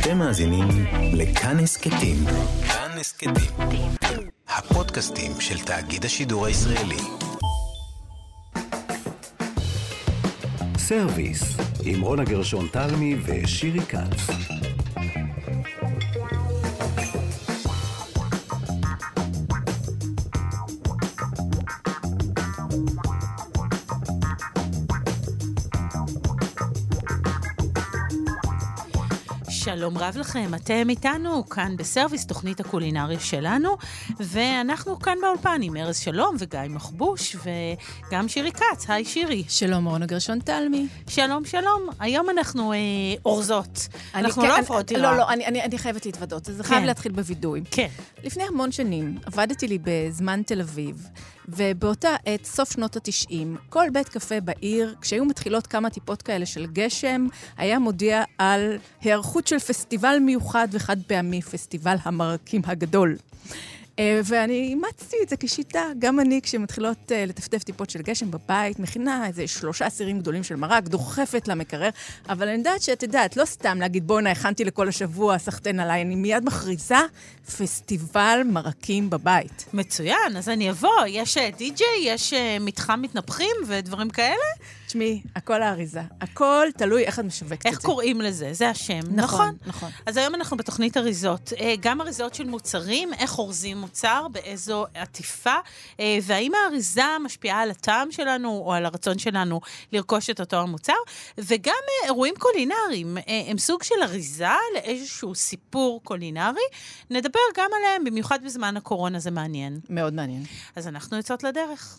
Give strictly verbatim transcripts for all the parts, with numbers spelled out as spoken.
אתם מאזינים לכאן הסקטים. כאן הסקטים. הפודקאסטים של תאגיד השידור הישראלי. סרוויס, עם רונה גרשון תלמי ושירי כץ. שלום רב לכם, אתם איתנו כאן בסרוויס, תוכנית הקולינריה שלנו, ואנחנו כאן באולפן עם ארז שלום וגיא מחבוש וגם שירי כץ. היי שירי. שלום רונה גרשון תלמי. שלום שלום, היום אנחנו אה, אורזות, אנחנו כן, לא אני, עופרות לא, טירה. לא, אני, אני, אני חייבת להתוודות, זה כן. חייב להתחיל בווידוי. כן. לפני המון שנים עבדתי לי בזמן תל אביב, ובאותה עת, סוף שנות התשעים, כל בית קפה בעיר, כשהיו מתחילות כמה טיפות כאלה של גשם, היה מודיע על היערכות של פסטיבל מיוחד וחד פעמי, פסטיבל המרקים הגדול. ואני אימצתי את זה כשיטה, גם אני כשמתחילות לטפטף טיפות של גשם בבית, מכינה איזה שלושה סירים גדולים של מרק, דוחפת למקרר, אבל אני יודעת שאת יודעת, לא סתם להגיד בואי הכנתי לכל השבוע, סחטן עליי, אני מיד מכריזה פסטיבל מרקים בבית. מצוין, אז אני אבוא, יש די-ג'יי, יש מתחם מתנפחים ודברים כאלה? תשמעי, הכל האריזה, הכל תלוי איך את משווקת את זה. איך קוראים לזה? זה השם, נכון? נכון. נכון. אז היום אנחנו בתוכנית אריזות, גם אריזות של מוצרים, איך אורזים מוצר, באיזו עטיפה, והאם האריזה משפיעה על הטעם שלנו, או על הרצון שלנו לרכוש את אותו המוצר, וגם אירועים קולינריים, הם סוג של אריזה לאיזשהו סיפור קולינרי, נדבר גם עליהם, במיוחד בזמן הקורונה, זה מעניין. מאוד מעניין. אז אנחנו יוצאות לדרך.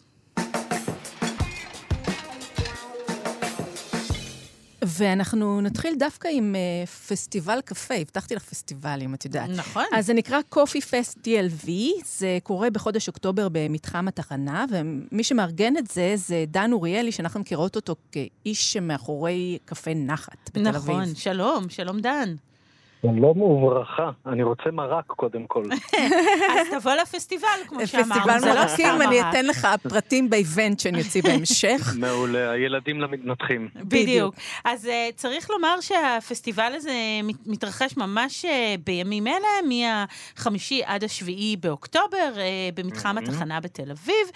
ואנחנו נתחיל דווקא עם uh, פסטיבל קפה. הבטחתי לך פסטיבלים, את יודעת. נכון. אז זה נקרא קופי פסט די אל וי, זה קורה בחודש אוקטובר במתחם התחנה, ומי שמארגן את זה זה דן אוריאלי, שאנחנו מכירות אותו כאיש שמאחורי קפה נחת בתל אביב. נכון, שלום, שלום דן. שלום וברכה, אני רוצה מרק קודם כל. אז תבוא לפסטיבל, כמו שאמרנו. פסטיבל מרקים, אני אתן לך פרטים באיבנט שאני יוציא בהמשך. מעולה, הילדים למתנתחים. בדיוק. אז צריך לומר שהפסטיבל הזה מתרחש ממש בימים אלה, מהחמישי עד השביעי באוקטובר, במתחם התחנה בתל אביב,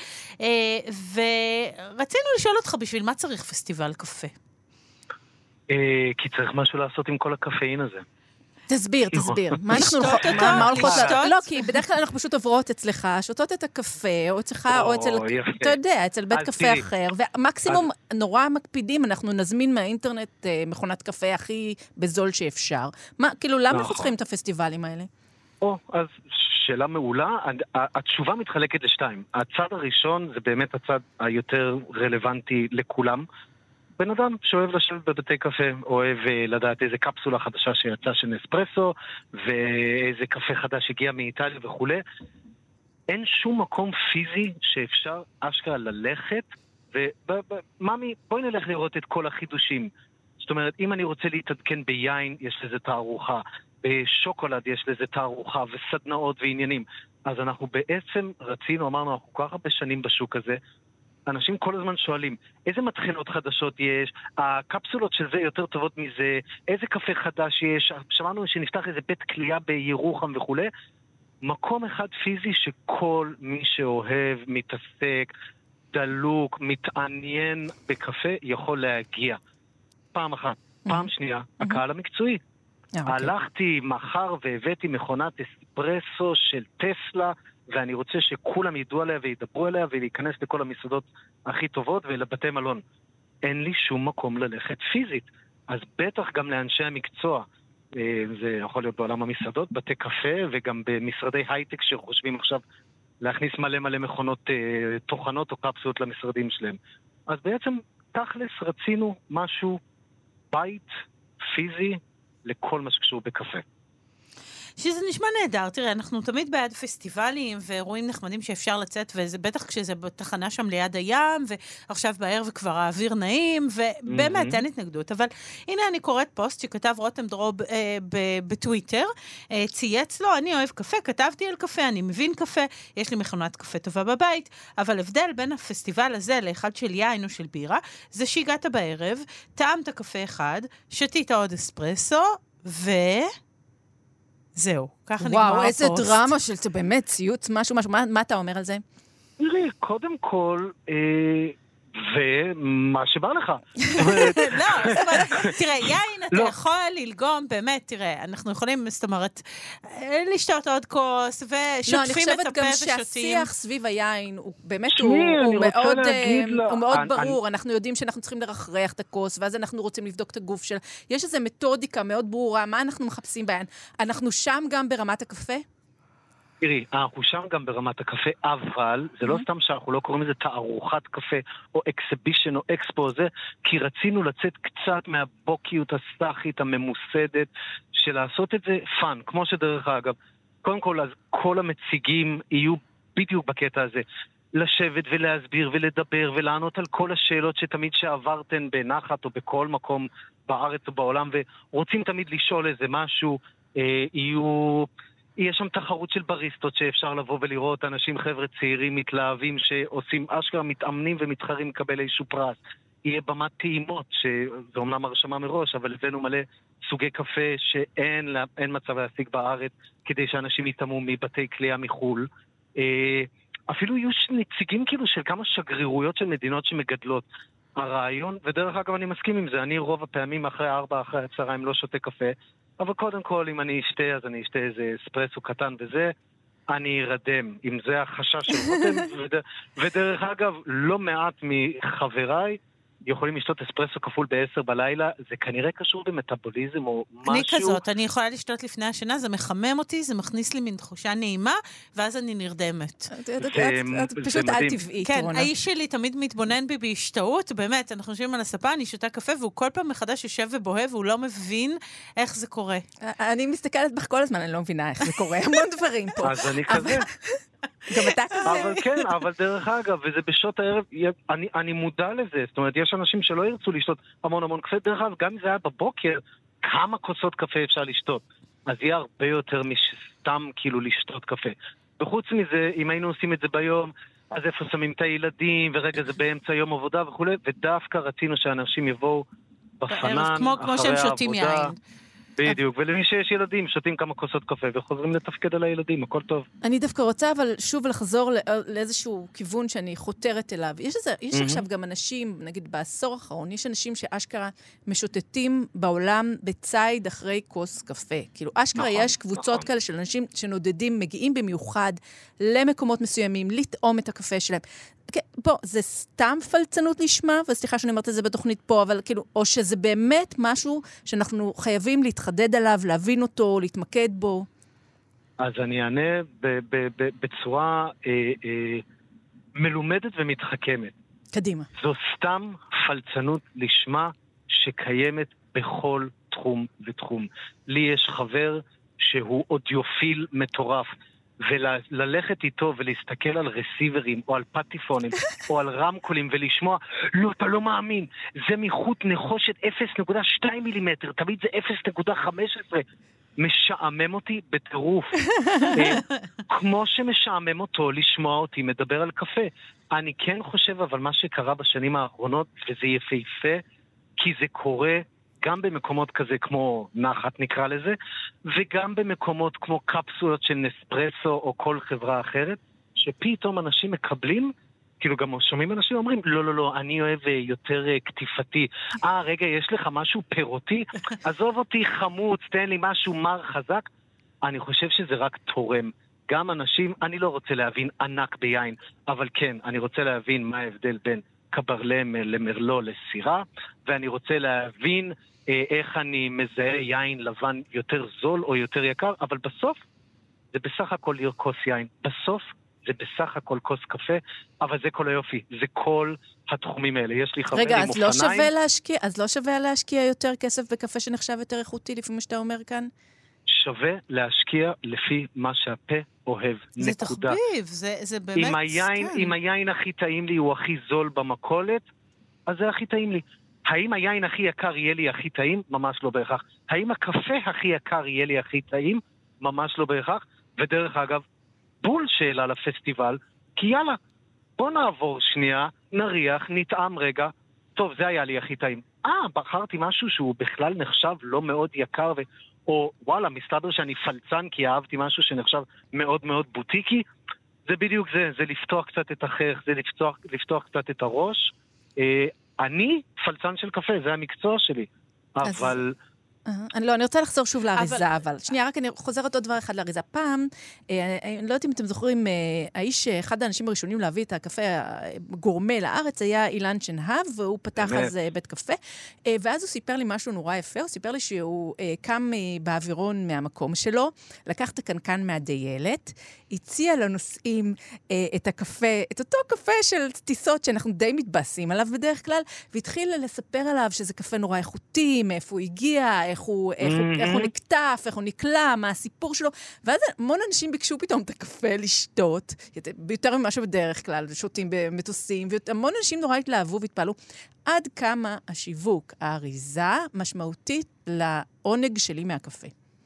ורצינו לשאול אותך בשביל מה צריך פסטיבל קפה? כי צריך משהו לעשות עם כל הקפאין הזה. תסביר, תסביר. מה אנחנו לשתות אותו? מה הולכות לשתות? לה... לא, כי בדרך כלל אנחנו פשוט עוברות אצלך, שותות את הקפה, או אצלך, או אצל... אתה יודע, אצל בית קפה אחר, ומקסימום נורא מקפידים, אנחנו נזמין מהאינטרנט מכונת קפה הכי בזול שאפשר. מה, כאילו, למה אנחנו צריכים את הפסטיבלים האלה? או, אז שאלה מעולה. התשובה מתחלקת לשתיים. הצד הראשון זה באמת הצד היותר רלוונטי לכולם. בן אדם שאוהב לשבת בבתי קפה, אוהב לדעת איזה קפסולה חדשה שיצאה של נספרסו, ואיזה קפה חדש הגיע מאיטליה וכו'. אין שום מקום פיזי שאפשר אשכרה ללכת, וממי, בואי נלך לראות את כל החידושים. זאת אומרת, אם אני רוצה להתעדכן ביין, יש לזה תערוכה, בשוקולד יש לזה תערוכה, וסדנאות ועניינים. אז אנחנו בעצם רצינו, אמרנו, אנחנו כל כך הרבה שנים בשוק הזה, אנשים כל הזמן שואלים, איזה מתחילות חדשות יש? הקפסולות של זה יותר טובות מזה? איזה קפה חדש יש? שמענו שנפתח איזה בית קלייה בירוחם וכו'. מקום אחד פיזי שכל מי שאוהב, מתעסק, דלוק, מתעניין בקפה, יכול להגיע. פעם אחת. פעם שנייה, הקהל המקצועי. הלכתי מחר והבאתי מכונת אספרסו של טסלה, ואני רוצה שכולם ידעו עליה וידברו עליה ולהיכנס לכל המסעדות הכי טובות ולבתי מלון. אין לי שום מקום ללכת פיזית. אז בטח גם לאנשי המקצוע, זה יכול להיות בעולם המסעדות, בתי קפה וגם במשרדי הייטק שחושבים עכשיו להכניס מלא מלא מכונות תוכנות או קפסולות למשרדים שלהם. אז בעצם תכלס רצינו משהו בית פיזי לכל מה שקשור בקפה. שזה נשמע נהדר, תראה, אנחנו תמיד בעד פסטיבלים ואירועים נחמדים שאפשר לצאת, וזה בטח כשזה בתחנה שם ליד הים, ועכשיו בערב וכבר האוויר נעים, ובאמת אין התנגדות. אבל הנה אני קוראת פוסט שכתב רותם דרוב אה, ב- בטוויטר, אה, צייץ לו, אני אוהב קפה, כתבתי על קפה, אני מבין קפה, יש לי מכונת קפה טובה בבית, אבל הבדל בין הפסטיבל הזה לאחד של יין או של בירה, זה שהגעת בערב, טעמת קפה אחד, שתית עוד אספרסו, ו... זהו, ככה נגמר הפוסט. וואו, איזה דרמה של זה באמת ציוץ, משהו, משהו. מה, מה אתה אומר על זה? תראי, קודם כל, אה, ומה שבא לך. לא, תראה, יין אתה יכול ללגום, באמת, תראה, אנחנו יכולים, זאת אומרת, לשתות עוד כוס, ושוטפים את הפה ושותים. אני חושבת גם שהשיח סביב היין, הוא באמת, הוא מאוד ברור. אנחנו יודעים שאנחנו צריכים לרחרח את הכוס, ואז אנחנו רוצים לבדוק את הגוף שלה. יש איזו מתודיקה מאוד ברורה, מה אנחנו מחפשים ביין? אנחנו שם גם ברמת הקפה? תראי, אנחנו שם גם ברמת הקפה, אבל זה לא סתם שאנחנו לא קוראים לזה תערוכת קפה, או אקסיבישן, או אקספו, זה כי רצינו לצאת קצת מהבוקיות הסטחית הממוסדת, של לעשות את זה פאן, כמו שדרך אגב, קודם כל, אז כל המציגים יהיו בדיוק בקטע הזה, לשבת ולהסביר ולדבר ולענות על כל השאלות שתמיד שעברתן בנחת או בכל מקום בארץ או בעולם, ורוצים תמיד לשאול איזה משהו, אה, יהיו... יש שם תחרות של בריסטות שאפשר לבוא ולראות אנשים חבר'ה צעירים מתלהבים שעושים אשכרה מתאמנים ומתחרים לקבל איזשהו פרס. יהיה במת טעימות, שזה אומנם הרשמה מראש, אבל הבאנו מלא סוגי קפה שאין אין מצב להשיג בארץ כדי שאנשים יתאמו מבתי כלייה מחול. אפילו יהיו נציגים כאילו של כמה שגרירויות של מדינות שמגדלות. הרעיון, ודרך אגב אני מסכים עם זה, אני רוב הפעמים אחרי ארבע, אחרי הצהריים לא שותה קפה, אבל קודם כל, אם אני אשתה, אז אני אשתה איזה אספרסו קטן וזה, אני ארדם. אם זה החשש של רותם, וד... ודרך אגב, לא מעט מחבריי יכולים לשתות אספרסו כפול בעשר בלילה, זה כנראה קשור במטאבוליזם או משהו. אני כזאת, אני יכולה לשתות לפני השינה, זה מחמם אותי, זה מכניס לי מין תחושה נעימה, ואז אני נרדמת. את פשוט על טבעי, כן, האיש שלי תמיד מתבונן בי בהשתאות, באמת, אנחנו יושבים על הספה, אני שותה קפה, והוא כל פעם מחדש יושב ובוהה, והוא לא מבין איך זה קורה. אני מסתכלת בך כל הזמן, אני לא מבינה איך זה קורה, המון דברים פה. אז אני כזה. גם אתה כזה. אבל כן, אבל דרך אגב, וזה בשעות הערב, אני, אני מודע לזה, זאת אומרת, יש אנשים שלא ירצו לשתות המון המון קפה, דרך אגב, גם אם זה היה בבוקר, כמה כוסות קפה אפשר לשתות, אז יהיה הרבה יותר משסתם כאילו לשתות קפה. וחוץ מזה, אם היינו עושים את זה ביום, אז איפה שמים את הילדים, ורגע זה באמצע יום עבודה וכו', ודווקא רצינו שאנשים יבואו בפנן, כמו, כמו שהם שותים יין. בדיוק, ולמי שיש ילדים, שותים כמה כוסות קפה וחוזרים לתפקד על הילדים, הכל טוב. אני דווקא רוצה אבל שוב לחזור לאיזשהו כיוון שאני חותרת אליו. יש, איזה, יש mm-hmm. עכשיו גם אנשים, נגיד בעשור האחרון, יש אנשים שאשכרה משוטטים בעולם בצייד אחרי כוס קפה. כאילו, אשכרה נכון, יש קבוצות נכון. כאלה של אנשים שנודדים, מגיעים במיוחד למקומות מסוימים, לטעום את הקפה שלהם. כן, פה, זה סתם פלצנות לשמה, וסליחה שאני אומרת את זה בתוכנית פה, אבל כאילו, או שזה באמת משהו שאנחנו חייבים להתחדד עליו, להבין אותו, להתמקד בו? אז אני אענה ב- ב- ב- בצורה אה, אה, מלומדת ומתחכמת. קדימה. זו סתם פלצנות לשמה שקיימת בכל תחום ותחום. לי יש חבר שהוא אודיופיל מטורף, וללכת איתו ולהסתכל על רסיברים או על פטיפונים או על רמקולים ולשמוע, לא, אתה לא מאמין, זה מחוט נחושת אפס נקודה שתיים מילימטר, תמיד זה אפס נקודה חמש עשרה, משעמם אותי בטירוף. כמו שמשעמם אותו לשמוע אותי מדבר על קפה. אני כן חושב אבל מה שקרה בשנים האחרונות, וזה יפהפה, כי זה קורה גם במקומות כזה כמו נחת נקרא לזה, וגם במקומות כמו קפסולות של נספרסו או כל חברה אחרת, שפתאום אנשים מקבלים, כאילו גם שומעים אנשים אומרים, לא, לא, לא, אני אוהב יותר כתיפתי. אה, רגע, יש לך משהו פירותי? עזוב אותי חמוץ, תן לי משהו מר חזק. אני חושב שזה רק תורם. גם אנשים, אני לא רוצה להבין ענק ביין, אבל כן, אני רוצה להבין מה ההבדל בין קברלה למרלו לסירה, ואני רוצה להבין אה, איך אני מזהה יין לבן יותר זול או יותר יקר, אבל בסוף זה בסך הכל לרכוס יין. בסוף זה בסך הכל כוס קפה, אבל זה כל היופי, זה כל התחומים האלה. יש לי חברים רגע, עם אז אופניים. לא שווה להשקיע, אז לא שווה להשקיע יותר כסף בקפה שנחשב יותר איכותי, לפי מה שאתה אומר כאן? שווה להשקיע לפי מה שהפה אוהב. זה נקודה. תחביב, זה, זה באמת... אם היין, כן. אם היין הכי טעים לי הוא הכי זול במכולת, אז זה הכי טעים לי. האם היין הכי יקר יהיה לי הכי טעים? ממש לא בהכרח. האם הקפה הכי יקר יהיה לי הכי טעים? ממש לא בהכרח. ודרך אגב, בול שאלה לפסטיבל, כי יאללה, בוא נעבור שנייה, נריח, נטעם רגע. טוב, זה היה לי הכי טעים. אה, בחרתי משהו שהוא בכלל נחשב לא מאוד יקר, ו... או וואלה, מסתבר שאני פלצן כי אהבתי משהו שנחשב מאוד מאוד בוטיקי, זה בדיוק זה, זה לפתוח קצת את החך, זה לפתוח, לפתוח קצת את הראש. אה, אני פלצן של קפה, זה המקצוע שלי, אז... אבל... אני לא, אני רוצה לחזור שוב לאריזה, אבל שנייה, רק אני חוזרת עוד דבר אחד לאריזה. פעם, אני לא יודעת אם אתם זוכרים, האיש, אחד האנשים הראשונים להביא את הקפה גורמה לארץ, היה אילן שנהב, והוא פתח אז בית קפה, ואז הוא סיפר לי משהו נורא יפה, הוא סיפר לי שהוא קם באווירון מהמקום שלו, לקח את הקנקן מהדיילת, הציע לנוסעים את הקפה, את אותו קפה של טיסות שאנחנו די מתבאסים עליו בדרך כלל, והתחיל לספר עליו שזה קפה נורא איכותי, מאיפה הוא הגיע, איך הוא, איך, הוא, איך הוא נקטף, איך הוא נקלע, מה הסיפור שלו. ואז המון אנשים ביקשו פתאום את הקפה לשתות, יותר ממה שבדרך כלל, שותים במטוסים, והמון אנשים נורא התלהבו והתפעלו. עד כמה השיווק, האריזה, משמעותית לעונג שלי מהקפה.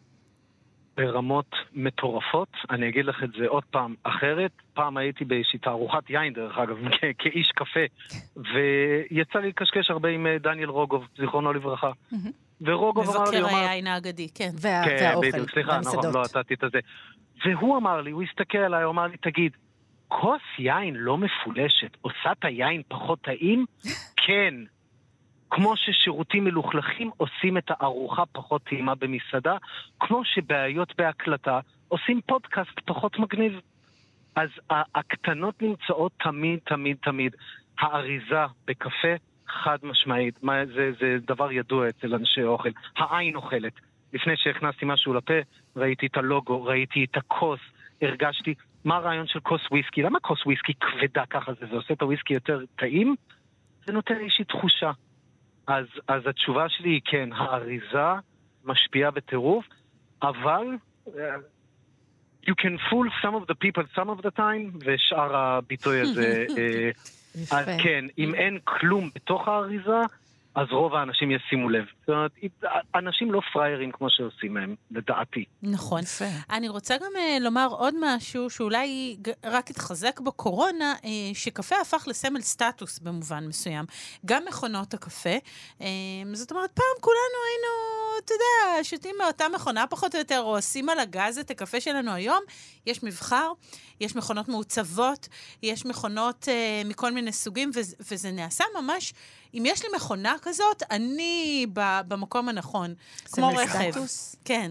ברמות מטורפות, אני אגיד לך את זה עוד פעם אחרת, פעם הייתי באיזושהי תערוכת יין דרך אגב, כאיש קפה, ויצא לי לקשקש הרבה עם דניאל רוגוב, זיכרונו לברכה. ורוגוב אמר לי, מבקר היין האגדי, כן. והאוכל, בדיוק, סליחה, נכון, לא נתתי את זה. והוא אמר לי, הוא הסתכל עליי, הוא אמר לי, תגיד, כוס יין לא מפולשת, עושה את היין פחות טעים? כן. כמו ששירותים מלוכלכים עושים את הארוחה פחות טעימה במסעדה, כמו שבעיות בהקלטה עושים פודקאסט פחות מגניב. אז הקטנות נמצאות תמיד, תמיד, תמיד. האריזה בקפה חד משמעית, מה, זה, זה דבר ידוע אצל אנשי אוכל. העין אוכלת. לפני שהכנסתי משהו לפה, ראיתי את הלוגו, ראיתי את הכוס, הרגשתי, מה הרעיון של כוס וויסקי? למה כוס וויסקי כבדה ככה זה? זה עושה את הוויסקי יותר טעים? זה נותן איזושהי תחושה. אז, אז התשובה שלי היא כן, האריזה משפיעה בטירוף, אבל uh, you can fool some of the people some of the time, ושאר הביטוי הזה. uh, אז כן, אם אין כלום בתוך האריזה, אז רוב האנשים ישימו לב. זאת אומרת, אנשים לא פריירים כמו שעושים מהם, לדעתי. נכון. אני רוצה גם uh, לומר עוד משהו, שאולי רק התחזק בקורונה, uh, שקפה הפך לסמל סטטוס במובן מסוים. גם מכונות הקפה. Uh, זאת אומרת, פעם כולנו היינו, אתה יודע, שותים מאותה מכונה פחות או יותר, או עושים על הגז את הקפה שלנו היום. יש מבחר, יש מכונות מעוצבות, יש מכונות uh, מכל מיני סוגים, וזה, וזה נעשה ממש... אם יש לי מכונה כזאת, אני במקום הנכון. כמו רכב. כן.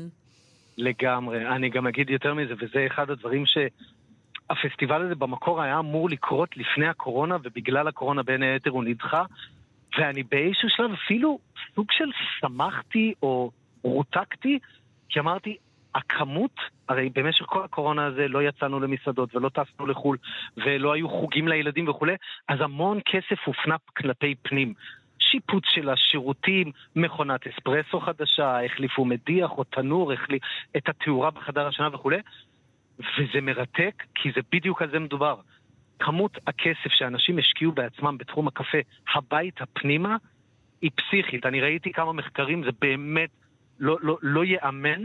לגמרי. אני גם אגיד יותר מזה, וזה אחד הדברים שהפסטיבל הזה במקור היה אמור לקרות לפני הקורונה, ובגלל הקורונה בין היתר הוא נדחה, ואני באיזשהו שלב אפילו סוג של שמחתי או רותקתי, כי אמרתי, הכמות, הרי במשך כל הקורונה הזה לא יצאנו למסעדות ולא טסנו לחול ולא היו חוגים לילדים וכו', אז המון כסף הופנה כלפי פנים. שיפוץ של השירותים, מכונת אספרסו חדשה, החליפו מדיח או תנור, החליף את התאורה בחדר השנה וכו', וזה מרתק כי זה בדיוק על זה מדובר. כמות הכסף שאנשים השקיעו בעצמם בתחום הקפה, הבית הפנימה, היא פסיכית. אני ראיתי כמה מחקרים, זה באמת לא, לא, לא יאמן,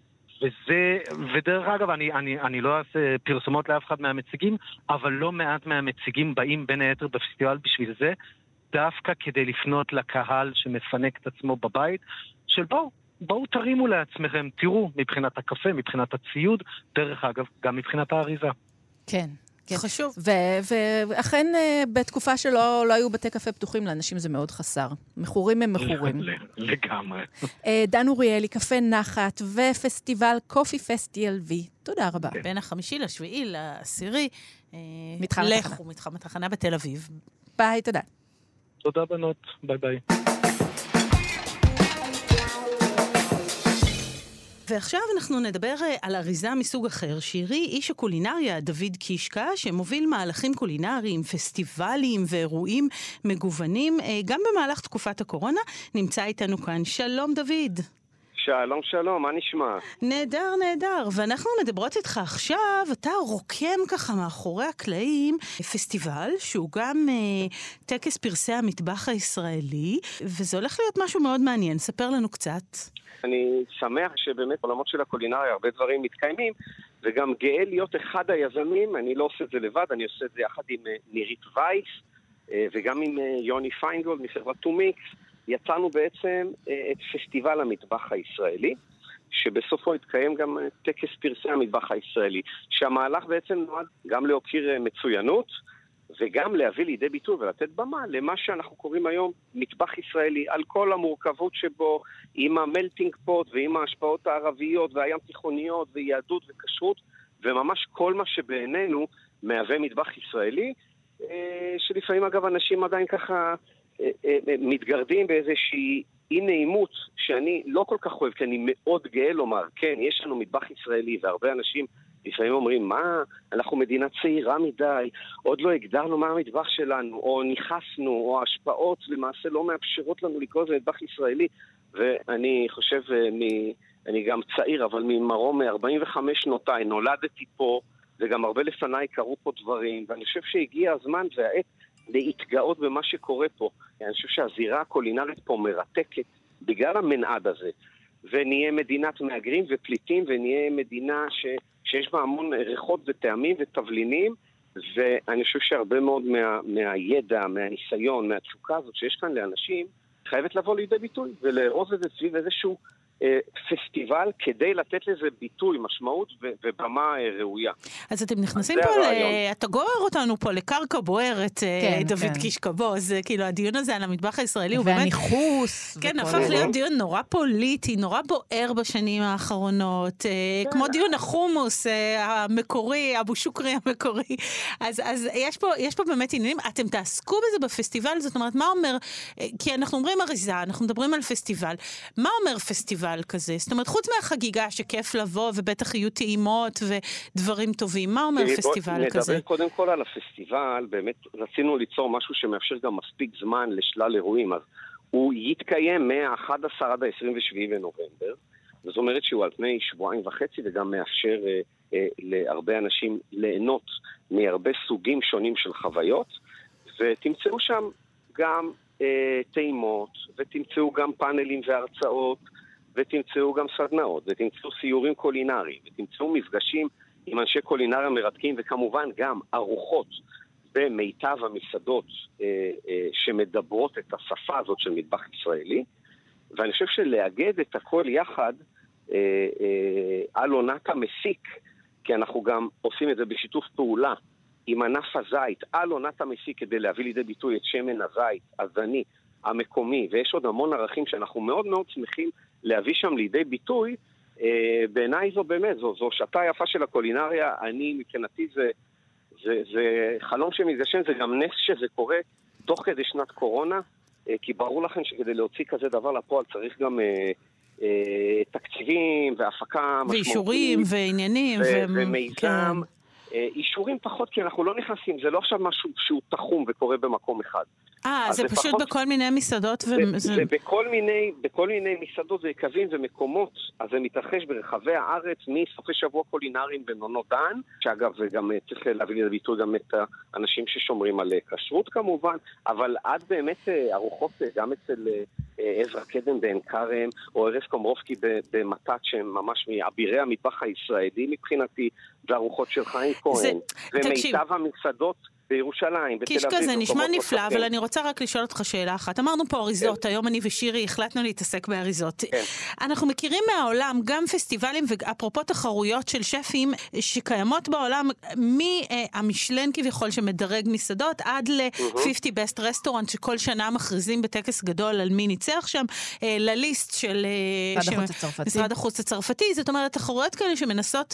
וזה, ודרך אגב, אני, אני, אני לא אעשה פרסומות לאף אחד מהמציגים, אבל לא מעט מהמציגים באים בין היתר בפסטיבל בשביל זה, דווקא כדי לפנות לקהל שמפנק את עצמו בבית, של בואו, בואו תרימו לעצמכם, תראו מבחינת הקפה, מבחינת הציוד, דרך אגב, גם מבחינת האריזה. כן. חשוב. ואכן, בתקופה שלא לא היו בתי קפה פתוחים, לאנשים זה מאוד חסר. מכורים הם מכורים. לגמרי. דן אוריאלי, קפה נחת ופסטיבל קופי פסט אל וי. תודה רבה. בין החמישי לשביעי לעשירי, מתחם התחנה. לכו, מתחם התחנה בתל אביב. ביי, תודה. תודה בנות, ביי ביי. ועכשיו אנחנו נדבר על אריזה מסוג אחר. שירי, איש הקולינריה, דוד קישקה, שמוביל מהלכים קולינריים, פסטיבלים ואירועים מגוונים, גם במהלך תקופת הקורונה, נמצא איתנו כאן. שלום דוד. שלום שלום, מה נשמע? נהדר, נהדר. ואנחנו מדברות איתך עכשיו, אתה רוקם ככה מאחורי הקלעים פסטיבל, שהוא גם אה, טקס פרסי המטבח הישראלי, וזה הולך להיות משהו מאוד מעניין. ספר לנו קצת. אני שמח שבאמת בעולמות של הקולינריה הרבה דברים מתקיימים, וגם גאה להיות אחד היזמים. אני לא עושה את זה לבד, אני עושה את זה יחד עם נירית וייס, וגם עם יוני פיינגולד מחברת טו מיקס. יצאנו בעצם את פסטיבל המטבח הישראלי, שבסופו יתקיים גם טקס פרסי המטבח הישראלי, שהמהלך בעצם נועד גם להוקיר מצוינות, וגם להביא לידי ביטוי ולתת במה למה שאנחנו קוראים היום מטבח ישראלי, על כל המורכבות שבו, עם המלטינג פוט ועם ההשפעות הערביות והים תיכוניות ויהדות וכשרות, וממש כל מה שבעינינו מהווה מטבח ישראלי, שלפעמים אגב אנשים עדיין ככה מתגרדים באיזושהי אי נעימות שאני לא כל כך אוהב, כי אני מאוד גאה לומר, כן, יש לנו מטבח ישראלי, והרבה אנשים לפעמים אומרים, מה, אנחנו מדינה צעירה מדי, עוד לא הגדרנו מה המטבח שלנו, או נכנסנו, או ההשפעות למעשה לא מאפשרות לנו לקרוא לזה מטבח ישראלי, ואני חושב, אני גם צעיר, אבל ממרום ארבעים וחמש שנותיי, נולדתי פה, וגם הרבה לפניי קרו פה דברים, ואני חושב שהגיע הזמן והעת להתגאות במה שקורה פה. אני חושב שהזירה הקולינרית פה מרתקת בגלל המנעד הזה, ונהיה מדינת מהגרים ופליטים, ונהיה מדינה ש... שיש בה המון ריחות וטעמים ותבלינים, ואני חושב שהרבה מאוד מה... מהידע, מהניסיון, מהתשוקה הזאת שיש כאן לאנשים, חייבת לבוא לידי ביטוי, ולארוז את זה סביב איזשהו אה, פסטיבל, כדי לתת לזה ביטוי, משמעות ו- ובמה אה, ראויה. אז אתם נכנסים פה, ל... אתה גורר אותנו פה לקרקע בוערת, כן, דוד כן. קישקבו, זה כאילו הדיון הזה על המטבח הישראלי, הוא באמת... והניחוס. כן, הפך להיות דיון נורא פוליטי, נורא בוער בשנים האחרונות, כן. כמו דיון החומוס המקורי, אבו שוקרי המקורי. אז, אז יש פה, יש פה באמת עניינים, אתם תעסקו בזה בפסטיבל, זאת אומרת, מה אומר, כי אנחנו אומרים אריזה, אנחנו מדברים על פסטיבל, מה אומר פסטיבל כזה? זאת אומרת, חוץ מהחגיגה שכיף לבוא, ובטח יהיו טעימות ודברים טובים, מה אומר פסטיבל כזה? נדבר קודם כל על הפסטיבל, באמת רצינו ליצור משהו שמאפשר גם מספיק זמן לשלל אירועים, אז הוא יתקיים מה-אחד עשר עד ה-עשרים ושבעה בנובמבר, זאת אומרת שהוא על פני שבועיים וחצי, וגם מאפשר אה, אה, להרבה אנשים ליהנות מהרבה סוגים שונים של חוויות, ותמצאו שם גם אה, טעימות, ותמצאו גם פאנלים והרצאות, ותמצאו גם סדנאות, ותמצאו סיורים קולינריים, ותמצאו מפגשים עם אנשי קולינריה מרתקים, וכמובן גם ארוחות במיטב המסעדות אה, אה, שמדברות את השפה הזאת של מטבח ישראלי, ואני חושב שלאגד את הכל יחד אה, אה, על עונת המסיק, כי אנחנו גם עושים את זה בשיתוף פעולה עם ענף הזית, על עונת המסיק, כדי להביא לידי ביטוי את שמן הזית, הזני, המקומי, ויש עוד המון ערכים שאנחנו מאוד מאוד שמחים להביא שם לידי ביטוי. אה, בעיניי זו באמת, זו, זו שתה יפה של הקולינריה, אני מבחינתי זה, זה, זה חלום שמתגשם, זה גם נס שזה קורה תוך כדי שנת קורונה, אה, כי ברור לכם שכדי להוציא כזה דבר לפועל צריך גם אה, אה, תקציבים והפקה משמעותית. ואישורים ועניינים. ו- ו- ומיזם. כן. אישורים פחות, כי אנחנו לא נכנסים, זה לא עכשיו משהו שהוא תחום וקורה במקום אחד. אה, זה פשוט פחות... בכל מיני מסעדות? זה, ו... זה בכל מיני, בכל מיני מסעדות ויקבים ומקומות, אז זה מתרחש ברחבי הארץ, מסופי שבוע קולינריים במלונות דן, שאגב זה גם צריך להביא לביטוי גם את האנשים ששומרים על כשרות כמובן, אבל עד באמת ארוחות גם אצל עזרא קדם בעין כרם, או ארז קומרובסקי במתת, שהם ממש מאבירי המטבח הישראלי מבחינתי, וארוחות של חיים כהן, זה... ומיטב המסעדות בירושלים, בתל אביב. קישקה, זה נשמע נפלא, אבל אני רוצה רק לשאול אותך שאלה אחת. אמרנו פה אריזות, היום אני ושירי החלטנו להתעסק באריזות. אנחנו מכירים מהעולם גם פסטיבלים, ואפרופו תחרויות של שפים שקיימות בעולם, מהמשלן כביכול שמדרג מסעדות, עד ל-חמישים Best Restaurant, שכל שנה מכריזים בטקס גדול על מי ניצח שם, לליסט של משרד החוץ הצרפתי. זאת אומרת, תחרויות כאלה שמנסות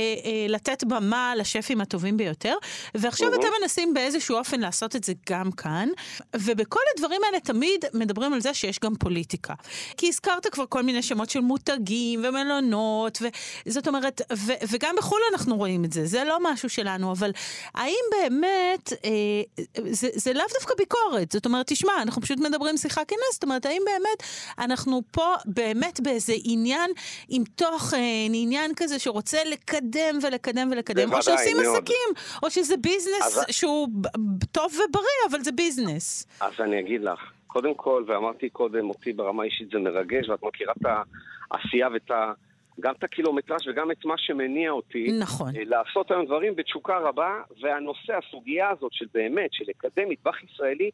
לתת במה לשפים הטובים ביותר, ועכשיו אתם מנסים באיזשהו אופן לעשות את זה גם כאן, ובכל הדברים האלה תמיד מדברים על זה שיש גם פוליטיקה. כי הזכרת כבר כל מיני שמות של מותגים ומלונות, וזאת אומרת, ו- וגם בחול אנחנו רואים את זה, זה לא משהו שלנו, אבל האם באמת, אה, זה, זה לאו דווקא ביקורת, זאת אומרת, תשמע, אנחנו פשוט מדברים שיחה כנס, זאת אומרת, האם באמת אנחנו פה באמת באיזה עניין עם תוכן, עניין כזה שרוצה לקדם ולקדם ולקדם, או שעושים עסקים, או שזה ביזנס שהוא טוב ובריא, אבל זה ביזנס. אז אני אגיד לך, קודם כל, ואמרתי קודם, אותי ברמה אישית זה מרגש, ואת מכירה את העשייה ואת ה... גם את הקילומטרש וגם את מה שמניע אותי. נכון. לעשות היום דברים בתשוקה רבה, והנושא, הסוגיה הזאת של באמת, של לקדם מטבח ישראלי,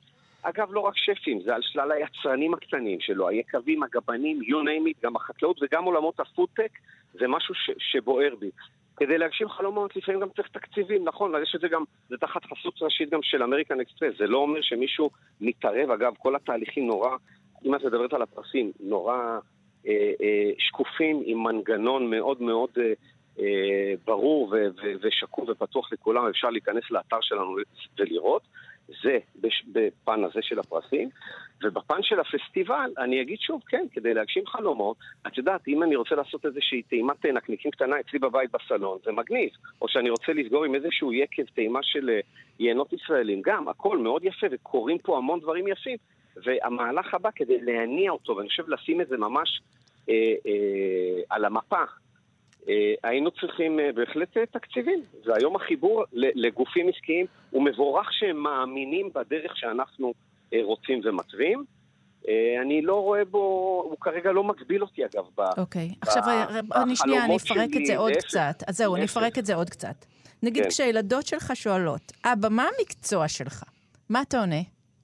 אגב, לא רק שפים, זה על שלל היצרנים הקטנים שלו, היקבים, הגבנים, you name it, גם החקלאות וגם עולמות הפודטק, זה משהו ש, שבוער בי. כדי להגשים חלומות, לפעמים גם צריך תקציבים, נכון, אבל יש את זה גם, זה תחת חסות ראשית גם של אמריקן אקספרס, זה לא אומר שמישהו מתערב, אגב, כל התהליכים נורא, אם את מדברת על הפרסים, נורא אה, אה, שקופים עם מנגנון מאוד מאוד אה, אה, ברור ו- ו- ושקוף ופתוח לכולם, אפשר להיכנס לאתר שלנו ולראות, זה בפן הזה של הפרסים, ובפן של הפסטיבל, אני אגיד שוב, כן, כדי להגשים חלומות, את יודעת, אם אני רוצה לעשות איזושהי טעימת נקניקים קטנה אצלי בבית בסלון, זה מגניב, או שאני רוצה לסגור עם איזשהו יקב טעימה של יינות ישראלים, גם, הכל מאוד יפה, וקוראים פה המון דברים יפים, והמהלך הבא כדי להניע אותו, ואני חושב לשים את זה ממש אה, אה, על המפה, היינו צריכים בהחלט תקציבים, והיום החיבור לגופים עסקיים הוא מבורך שהם מאמינים בדרך שאנחנו רוצים ומתווים. אני לא רואה בו, הוא כרגע לא מגביל אותי אגב. אוקיי, עכשיו אני שנייה, אני אפרק את זה עוד קצת. אז זהו, אני אפרק את זה עוד קצת. נגיד כשילדות שלך שואלות, אבא, מה המקצוע שלך? מה אתה עונה?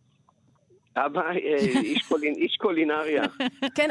אבא, איש קולינריה. כן,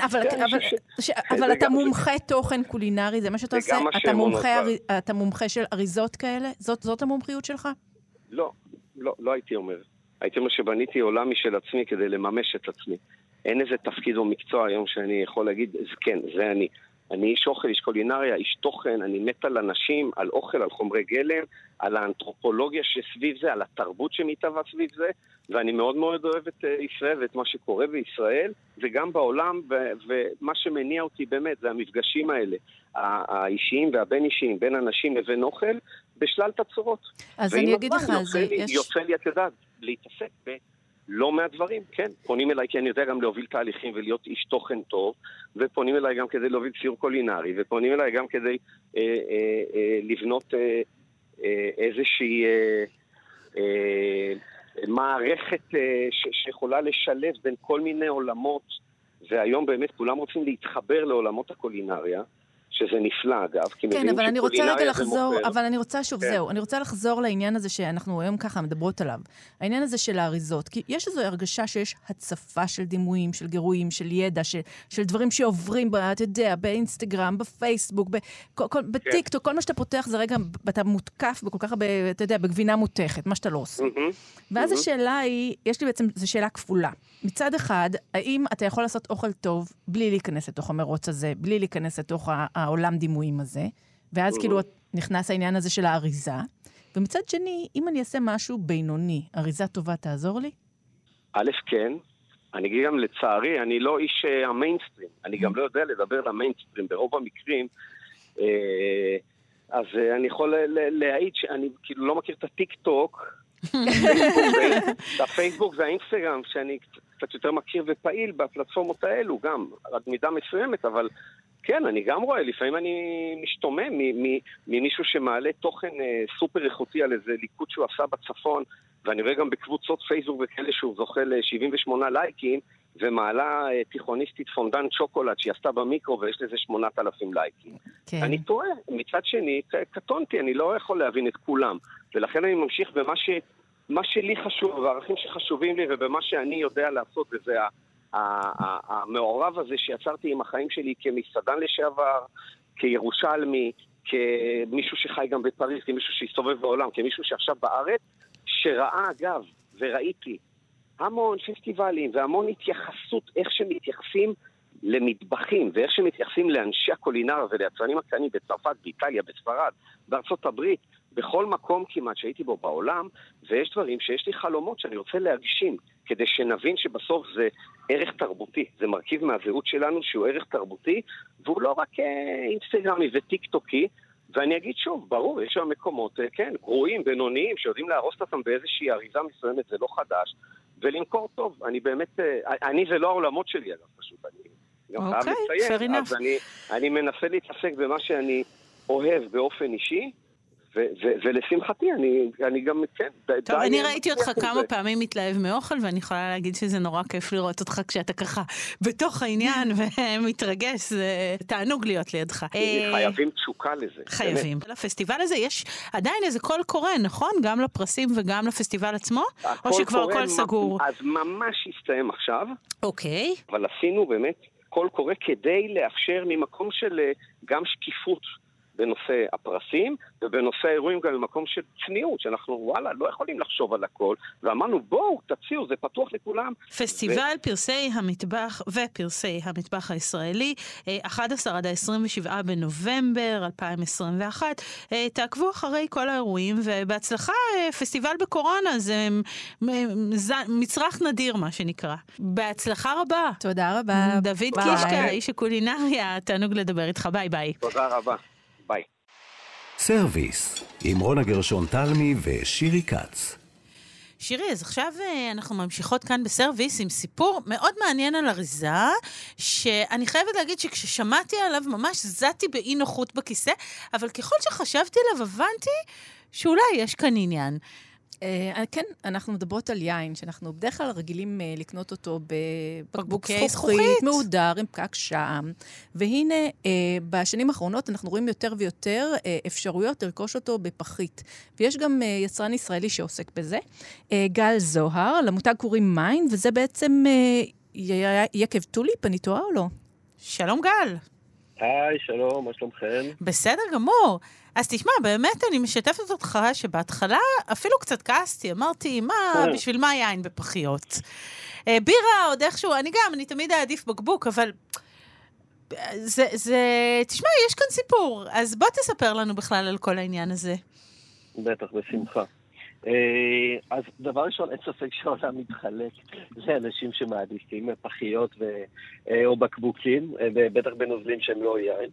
אבל אתה מומחה תוכן קולינרי, זה מה שאתה עושה? אתה מומחה של אריזות כאלה? זאת המומחיות שלך? לא, לא הייתי אומר. הייתי אומר שבניתי עולם משל עצמי כדי לממש את עצמי. אין איזה תפקיד או מקצוע היום שאני יכול להגיד, כן, זה אני. אני איש אוכל, איש קולינריה, איש תוכן, אני מת על אנשים, על אוכל, על חומרי גלם, על האנתרופולוגיה שסביב זה, על התרבות שמתהווה סביב זה, ואני מאוד מאוד אוהב את ישראל ואת מה שקורה בישראל, וגם בעולם, ו- ומה שמניע אותי באמת זה המפגשים האלה, האישיים והבין אישיים, בין אנשים לבין אוכל, בשלל תצורות. אז אני אגיד לך, יוצא לי, יש... יוצא לי, את יודעת, להתעסק ב... לא מעט דברים, כן. פונים אליי כי אני יודע גם להוביל תהליכים ולהיות איש תוכן טוב, ופונים אליי גם כדי להוביל ציור קולינרי, ופונים אליי גם כדי אה, אה, אה, לבנות אה, אה, איזושהי אה, אה, מערכת אה, ש- שיכולה לשלב בין כל מיני עולמות, והיום באמת כולם רוצים להתחבר לעולמות הקולינריה, שזה נפלא אגב, כי כן, אבל אני רוצה רגע לחזור, מוכר. אבל אני רוצה שוב, כן. זהו, אני רוצה לחזור לעניין הזה שאנחנו היום ככה מדברות עליו. העניין הזה של האריזות, כי יש איזו הרגשה שיש הצפה של דימויים, של גירויים, של ידע, של, של דברים שעוברים, אתה יודע, באינסטגרם, בפייסבוק, ב, כל, כל, בטיקטוק, כל מה שאתה פותח זה רגע, אתה מותקף בכל כך, ב, אתה יודע, בגבינה מותכת, מה שאתה לא עושה. Mm-hmm. ואז mm-hmm. השאלה היא, יש לי בעצם, זו שאלה כפולה. מצד אחד, האם אתה יכול לעשות אוכל טוב בלי להיכנס לתוך המרוץ הזה, בלי להיכנס לתוך העולם דימויים הזה, ואז כאילו נכנס העניין הזה של האריזה, ומצד שני, אם אני אעשה משהו בינוני, אריזה טובה תעזור לי? א', כן. אני אגיד גם לצערי, אני לא איש המיינסטרים, אני גם לא יודע לדבר למיינסטרים ברוב המקרים, אז אני יכול להעיד שאני כאילו לא מכיר את הטיק טוק, הפייסבוק והאינסטגרם, שאני קצת יותר מכיר ופעיל בפלטפורמות האלו, גם עד מידה מסוימת, אבל כן, אני גם רואה, לפעמים אני משתומם ממישהו שמעלה תוכן סופר איכותי על איזה ליקוד שהוא עשה בצפון, ואני רואה גם בקבוצות פייסבוק וכאלה שהוא זוכה ל-שבעים ושמונה לייקים, ומעלה תיכוניסטית פונדן שוקולד שהיא עשתה במיקרו ויש לזה שמונת אלפים לייקים. כן. אני טועה, מצד שני, קטונתי, אני לא יכול להבין את כולם, ולכן אני ממשיך במה ש... מה שלי חשוב, והערכים שחשובים לי, ובמה שאני יודע לעשות, וזה המעורב הזה שיצרתי עם החיים שלי כמסעדן לשעבר, כירושלמי, כמישהו שחי גם בפריז, כמישהו שהסתובב בעולם, כמישהו שעכשיו בארץ, שראה אגב, וראיתי, המון פסטיבלים והמון התייחסות, איך שמתייחסים למטבחים, ואיך שמתייחסים לאנשי הקולינר וליצרנים הקטנים בצרפת, באיטליה, בספרד, בארצות הברית, בכל מקום כמעט שהייתי בו בעולם, ויש דברים שיש לי חלומות שאני רוצה להגשים, כדי שנבין שבסוף זה ערך תרבותי, זה מרכיב מהזהות שלנו שהוא ערך תרבותי, והוא לא רק אינסטגרמי וטיק-טוקי, ואני אגיד שוב, ברור, יש שם מקומות, כן, גרועים, בינוניים, שיודעים להרוס אותם באיזושהי אריזה מסוימת, זה לא חדש, ולמכור טוב. אני באמת, אני זה לא העולמות שלי, אגב, פשוט, אני גם חייב לציין, אז אני, אני מנסה להתעסק במה שאני אוהב באופן אישי, ולשמחתי, אני גם, כן. טוב, אני ראיתי אותך כמה פעמים מתלהב מאוכל, ואני יכולה להגיד שזה נורא כיף לראות אותך כשאתה ככה בתוך העניין ומתרגש, זה תענוג להיות לידך. חייבים תשוקה לזה. חייבים. לפסטיבל הזה יש עדיין איזה קול קורא, נכון? גם לפרסים וגם לפסטיבל עצמו? או שכבר הכל סגור? אז ממש הסתיים עכשיו. אוקיי. אבל עשינו באמת קול קורא כדי לאפשר ממקום של גם שקיפות בנושא הפרסים, ובנושא האירועים גם במקום של צניעות, שאנחנו וואלה לא יכולים לחשוב על הכל, ואמרנו בואו תציעו, זה פתוח לכולם. פסטיבל ו... פרסי המטבח ופרסי המטבח הישראלי, אחד עשר עד ה-עשרים ושבעה בנובמבר אלפיים עשרים ואחת, תעקבו אחרי כל האירועים, ובהצלחה פסטיבל בקורונה, זה מצרך נדיר מה שנקרא. בהצלחה רבה. תודה רבה. דוד קישקה, איש הקולינריה, תענוג לדבר איתך, ביי ביי. תודה רבה. ביי. סרוויס, עם רונה גרשון תלמי ושירי קץ. שירי, אז עכשיו אנחנו ממשיכות כאן בסרוויס עם סיפור מאוד מעניין על אריזה, שאני חייבת להגיד שכששמעתי עליו ממש זעתי באי נוחות בכיסא, אבל ככל שחשבתי עליו הבנתי שאולי יש כאן עניין. כן, אנחנו מדברות על יין, שאנחנו בדרך כלל רגילים לקנות אותו בבקבוק בקבוקי זכוכית, מהודר עם פקק שם. והנה, בשנים האחרונות אנחנו רואים יותר ויותר אפשרויות לרכוש אותו בפחית. ויש גם יצרן ישראלי שעוסק בזה, גל זוהר, למותג קוראים מיין, וזה בעצם יקב טוליפ, אני טועה או לא? שלום גל. היי, שלום, מה שלומכם? בסדר גמור. אז תשמע, באמת אני משתפת אותך שבהתחלה אפילו קצת כעסתי, אמרתי, מה, בשביל מה יין בפחיות? בירה עוד איכשהו, אני גם, אני תמיד אעדיף בקבוק, אבל זה, זה, תשמע, יש כאן סיפור, אז בוא תספר לנו בכלל על כל העניין הזה. בטח, בשמחה. אז דבר ראשון, אין ספק שהעולם מתחלק לאנשים שמעדיפים פחיות או בקבוקים, ובטח בנוזלים שהם לא יין.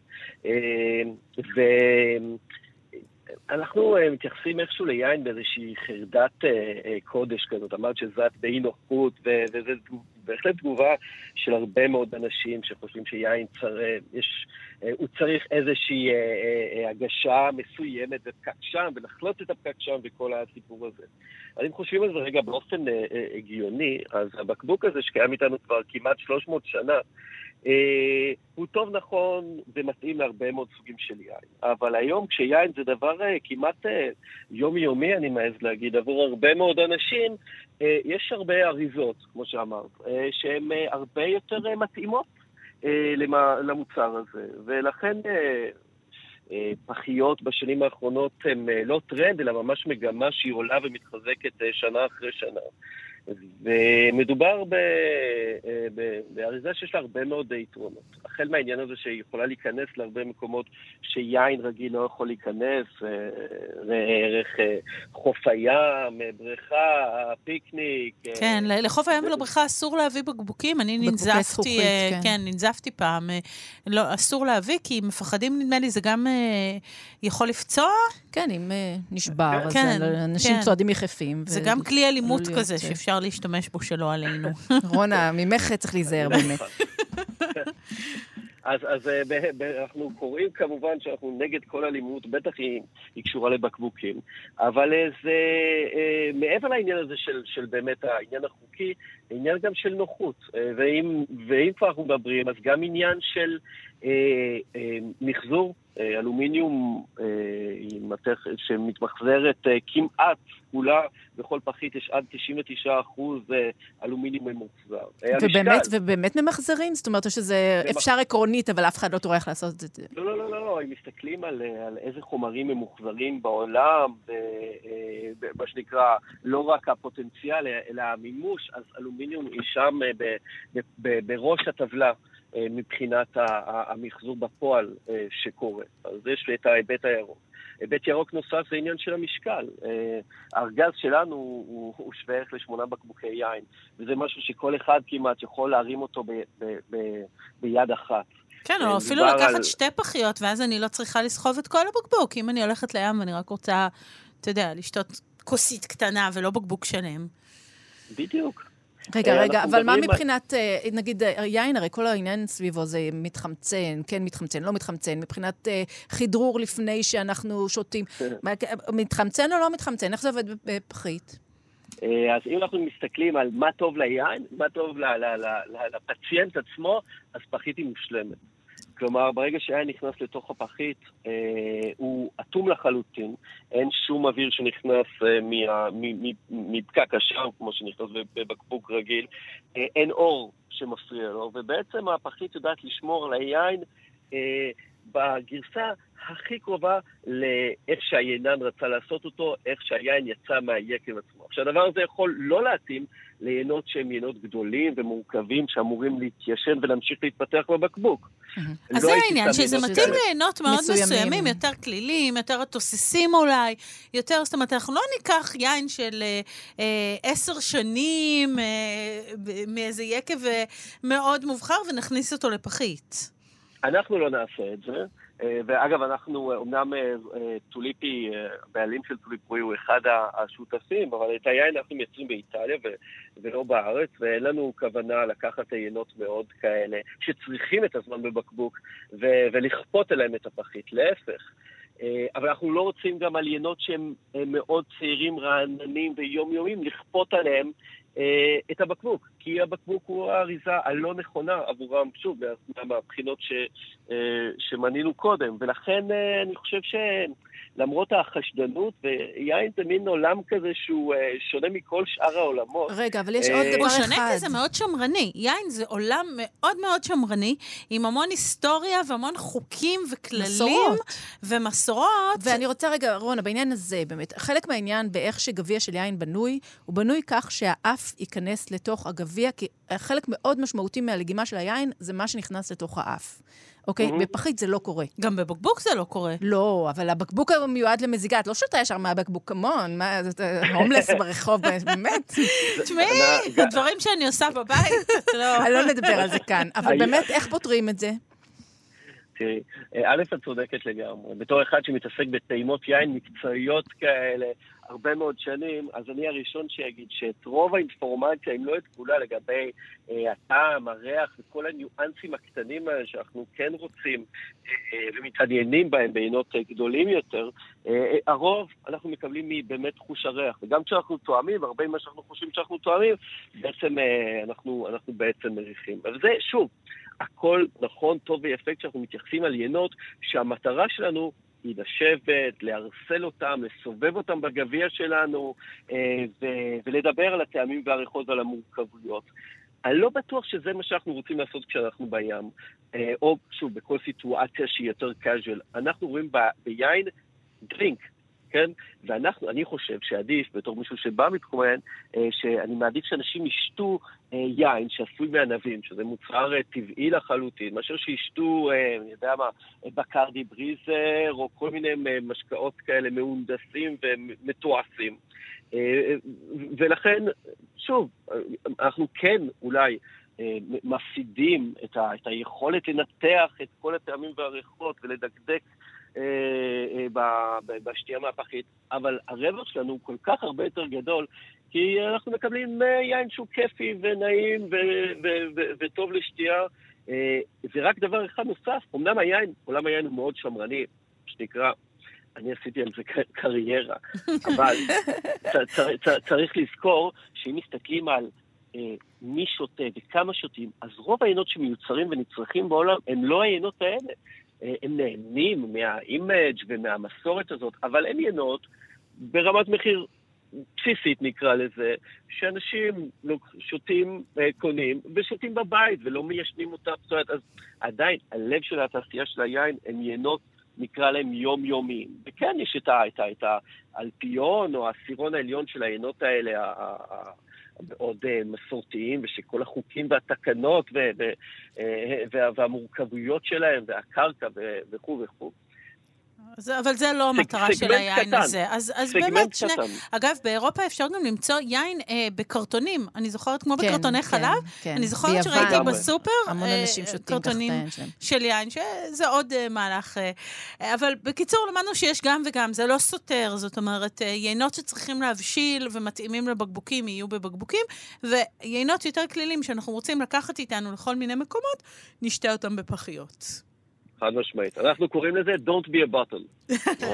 ואנחנו מתייחסים איכשהו ליין באיזושהי חרדת קודש כזאת, אמרת שזאת באי נוחות, וזה בהחלט תגובה של הרבה מאוד אנשים שחושבים שיין צריך, יש, הוא צריך איזושהי הגשה מסוימת ופקק שם, ולחלוט את הפקק שם וכל הסיפור הזה. אבל אם חושבים על זה רגע באופן הגיוני, אז הבקבוק הזה שקיים איתנו כבר כמעט שלוש מאות שנה, אה, הוא טוב נכון ומתאים להרבה מאוד סוגים של יין. אבל היום כשיין זה דבר אה, כמעט אה, יומיומי, אני מעז להגיד, עבור הרבה מאוד אנשים, אה, יש הרבה אריזות, כמו שאמרת, אה, שהן אה, הרבה יותר אה, מתאימות אה, למה, למוצר הזה. ולכן אה, אה, פחיות בשנים האחרונות הן אה, לא טרנד, אלא ממש מגמה שהיא עולה ומתחזקת אה, שנה אחרי שנה. ומדובר ב, ב, באריזה שיש לה הרבה מאוד יתרונות. החל מהעניין הזה שהיא יכולה להיכנס להרבה מקומות שיין רגיל לא יכול להיכנס, ערך חוף הים, בריכה, פיקניק. כן, לחוף הים ולבריכה אסור להביא בקבוקים. אני ננזפתי, כן, ננזפתי פעם. לא, אסור להביא, כי מפחדים, נדמה לי, זה גם יכול לפצוע. כן, אם נשבר, אז אנשים צועדים יחפים. זה גם כלי אלימות כזה, שאפשר להשתמש בו שלא עלינו. רונה, ממך צריך להיזהר באמת. אז, אז אנחנו קוראים כמובן שאנחנו נגד כל אלימות, בטח היא, היא קשורה לבקבוקים, אבל זה מעבר לעניין הזה של, של באמת העניין החוקי, עניין גם של נוחות, ואם, ואם כבר אנחנו מדברים, אז גם עניין של אה, אה, מחזור, אה, אלומיניום אה, שמתמחזרת אה, כמעט כולה, בכל פחית יש עד תשעים ותשעה אחוז אה, אלומיניום ממוחזר. ובאמת, ובאמת ממחזרים? זאת אומרת שזה במח... אפשר עקרונית, אבל אף אחד לא טורח לעשות את זה. לא, לא, לא, לא, לא. אם מסתכלים על, על איזה חומרים ממוחזרים בעולם, מה שנקרא, לא רק הפוטנציאל, אלא המימוש, אז אלומיניום היא שם ב, ב, ב, בראש הטבלה. מבחינת המחזור בפועל שקורה. אז יש את ההיבט הירוק. היבט ירוק נוסף זה עניין של המשקל. הארגז שלנו הוא, הוא שווה ערך לשמונה בקבוקי יין, וזה משהו שכל אחד כמעט יכול להרים אותו ב, ב, ב, ביד אחת. כן, או אפילו לקחת על... שתי פחיות, ואז אני לא צריכה לסחוב את כל הבקבוק. אם אני הולכת לים ואני רק רוצה, אתה יודע, לשתות כוסית קטנה ולא בקבוק שלם. בדיוק. רגע, אה, רגע, אנחנו אבל מה מדברים על- מבחינת, אה, נגיד, אה, יין, הרי כל העניין סביבו זה מתחמצן, כן מתחמצן, לא מתחמצן, מבחינת אה, חידרור לפני שאנחנו שותים. מה, מתחמצן או לא מתחמצן? איך זה עובד בפחית? אה, אז אם אנחנו מסתכלים על מה טוב ליין, מה טוב ל- ל- ל- ל- לפציינט עצמו, אז פחית היא מושלמת. כלומר, ברגע שהיין נכנס לתוך הפחית, אה, הוא אטום לחלוטין, אין שום אוויר שנכנס אה, מה- מ- מ- מפקק השם, כמו שנכנס בבקבוק רגיל, אה, אין אור שמפריע לו, ובעצם הפחית יודעת לשמור על היין אה, בגרסה הכי קרובה לאיך שהיינן רצה לעשות אותו, איך שהיין יצא מהיקב עצמו. עכשיו, הדבר הזה יכול לא להתאים ליינות שהם יינות גדולים ומורכבים שאמורים להתיישן ולהמשיך להתפתח בבקבוק. אז זה העניין, שזה מתאים ליינות מאוד מסוימים, יותר כלילים, יותר התוססים אולי, יותר, זאת אומרת, אנחנו לא ניקח יין של עשר שנים מאיזה יקב מאוד מובחר ונכניס אותו לפחית. אנחנו לא נעשה את זה, ואגב, אנחנו, אמנם טוליפי, הבעלים של טוליפוי הוא אחד השותפים, אבל את היין אנחנו מייצרים באיטליה ולא בארץ, ואין לנו כוונה לקחת עיינות מאוד כאלה, שצריכים את הזמן בבקבוק, ולכפות אליהם את הפחית, להפך. אבל אנחנו לא רוצים גם על עיינות שהם מאוד צעירים, רעננים ויומיומיים, לכפות עליהם את הבקבוק, כי הבקבוק הוא האריזה הלא נכונה עבורם, שוב, מהבחינות ש, שמנינו קודם, ולכן אני חושב שלמרות החשדנות, ויין זה מין עולם כזה שהוא שונה מכל שאר העולמות. רגע, אבל יש עוד דבר אחד. הוא שונה כי זה מאוד שמרני. יין זה עולם מאוד מאוד שמרני, עם המון היסטוריה והמון חוקים וכללים. מסורות. ומסורות. ואני רוצה רגע, רונה, בעניין הזה, באמת, חלק מהעניין באיך שגביע של יין בנוי, הוא בנוי כך שהאף ייכנס לתוך הגביע, כי חלק מאוד משמעותי מהלגימה של היין, זה מה שנכנס לתוך האף. אוקיי? בפחית זה לא קורה. גם בבקבוק זה לא קורה. לא, אבל הבקבוק מיועד למזיגה. את לא שותה ישר מהבקבוק כמון, מה, זאת הומלס ברחוב, באמת. תשמעי, דברים שאני עושה בבית, לא. לא נדבר על זה כאן. אבל באמת, איך פותרים את זה? תראי, א', את צודקת לגמרי. בתור אחד שמתעסק בטעימות יין מקצועיות כאלה, הרבה מאוד שנים, אז אני הראשון שיגיד שאת רוב האינפורמציה, אם לא את כולה, לגבי אה, הטעם, הריח וכל הניואנסים הקטנים האלה שאנחנו כן רוצים אה, ומתעניינים בהם בעינות אה, גדולים יותר, אה, הרוב אנחנו מקבלים מבאמת חוש הריח. וגם כשאנחנו תואמים, הרבה ממה שאנחנו חושבים שאנחנו תואמים, בעצם אה, אנחנו, אנחנו בעצם מריחים. אבל זה, שוב, הכל נכון, טוב ויפה כשאנחנו מתייחסים על יינות, שהמטרה שלנו היא לשבת, להרסל אותם, לסובב אותם בגביע שלנו, ו- ולדבר על הטעמים והריחות ועל המורכבויות. אני לא בטוח שזה מה שאנחנו רוצים לעשות כשאנחנו בים, או שוב, בכל סיטואציה שהיא יותר קאז'ל. אנחנו רואים ב- ביין דרינק, כן? ואנחנו, אני חושב שעדיף, בתור מישהו שבא מתכוון, שאני מעדיף שאנשים ישתו יין שעשוי מענבים, שזה מוצר טבעי לחלוטין, מאשר שישתו, אני יודע מה, בקרדי בריזר, או כל מיני משקאות כאלה מהונדסים ומתועשים. ולכן, שוב, אנחנו כן אולי מפסידים את, ה, את היכולת לנתח את כל הטעמים והריחות ולדקדק בשתייה מהפחית, אבל הרווח שלנו הוא כל כך הרבה יותר גדול, כי אנחנו מקבלים יין שהוא כיפי ונעים ו- ו- ו- וטוב לשתייה. זה רק דבר אחד נוסף, אמנם היין, עולם היין הוא מאוד שמרני, שנקרא, אני עשיתי על זה קריירה, אבל צ- צ- צריך לזכור שאם מסתכלים על מי שותה וכמה שותים, אז רוב העיינות שמיוצרים ונצרכים בעולם הם לא העיינות האלה. הם נהנים מהאימג' ומהמסורת הזאת, אבל הם יינות ברמת מחיר בסיסית נקרא לזה, שאנשים שותים, קונים ושותים בבית ולא מיישנים אותה. זאת אומרת, אז עדיין הלב של התעשייה של היין הם יינות, נקרא להם יומיומיים. וכן יש את, את, את האלפיון או הסירון העליון של היינות האלה, מאוד מסורתיים, ושכל החוקים והתקנות ו- ו- וה- והמורכבויות שלהם, והקרקע וכו' וכו'. זה, אבל זה לא המטרה של היין קטן. הזה. אז, אז באמת, שני, אגב, באירופה אפשר גם למצוא יין אה, בקרטונים. אני זוכרת כמו כן, בקרטוני כן, חלב. כן. אני זוכרת ביוון. שראיתי גם בסופר אה, קרטונים של יין, שזה עוד אה, מהלך. אה, אבל בקיצור, למדנו שיש גם וגם, זה לא סותר. זאת אומרת, אה, יינות שצריכים להבשיל ומתאימים לבקבוקים, יהיו בבקבוקים, ויינות יותר כלילים שאנחנו רוצים לקחת איתנו לכל מיני מקומות, נשתה אותם בפחיות. חד משמעית. אנחנו קוראים לזה Don't be a bottle.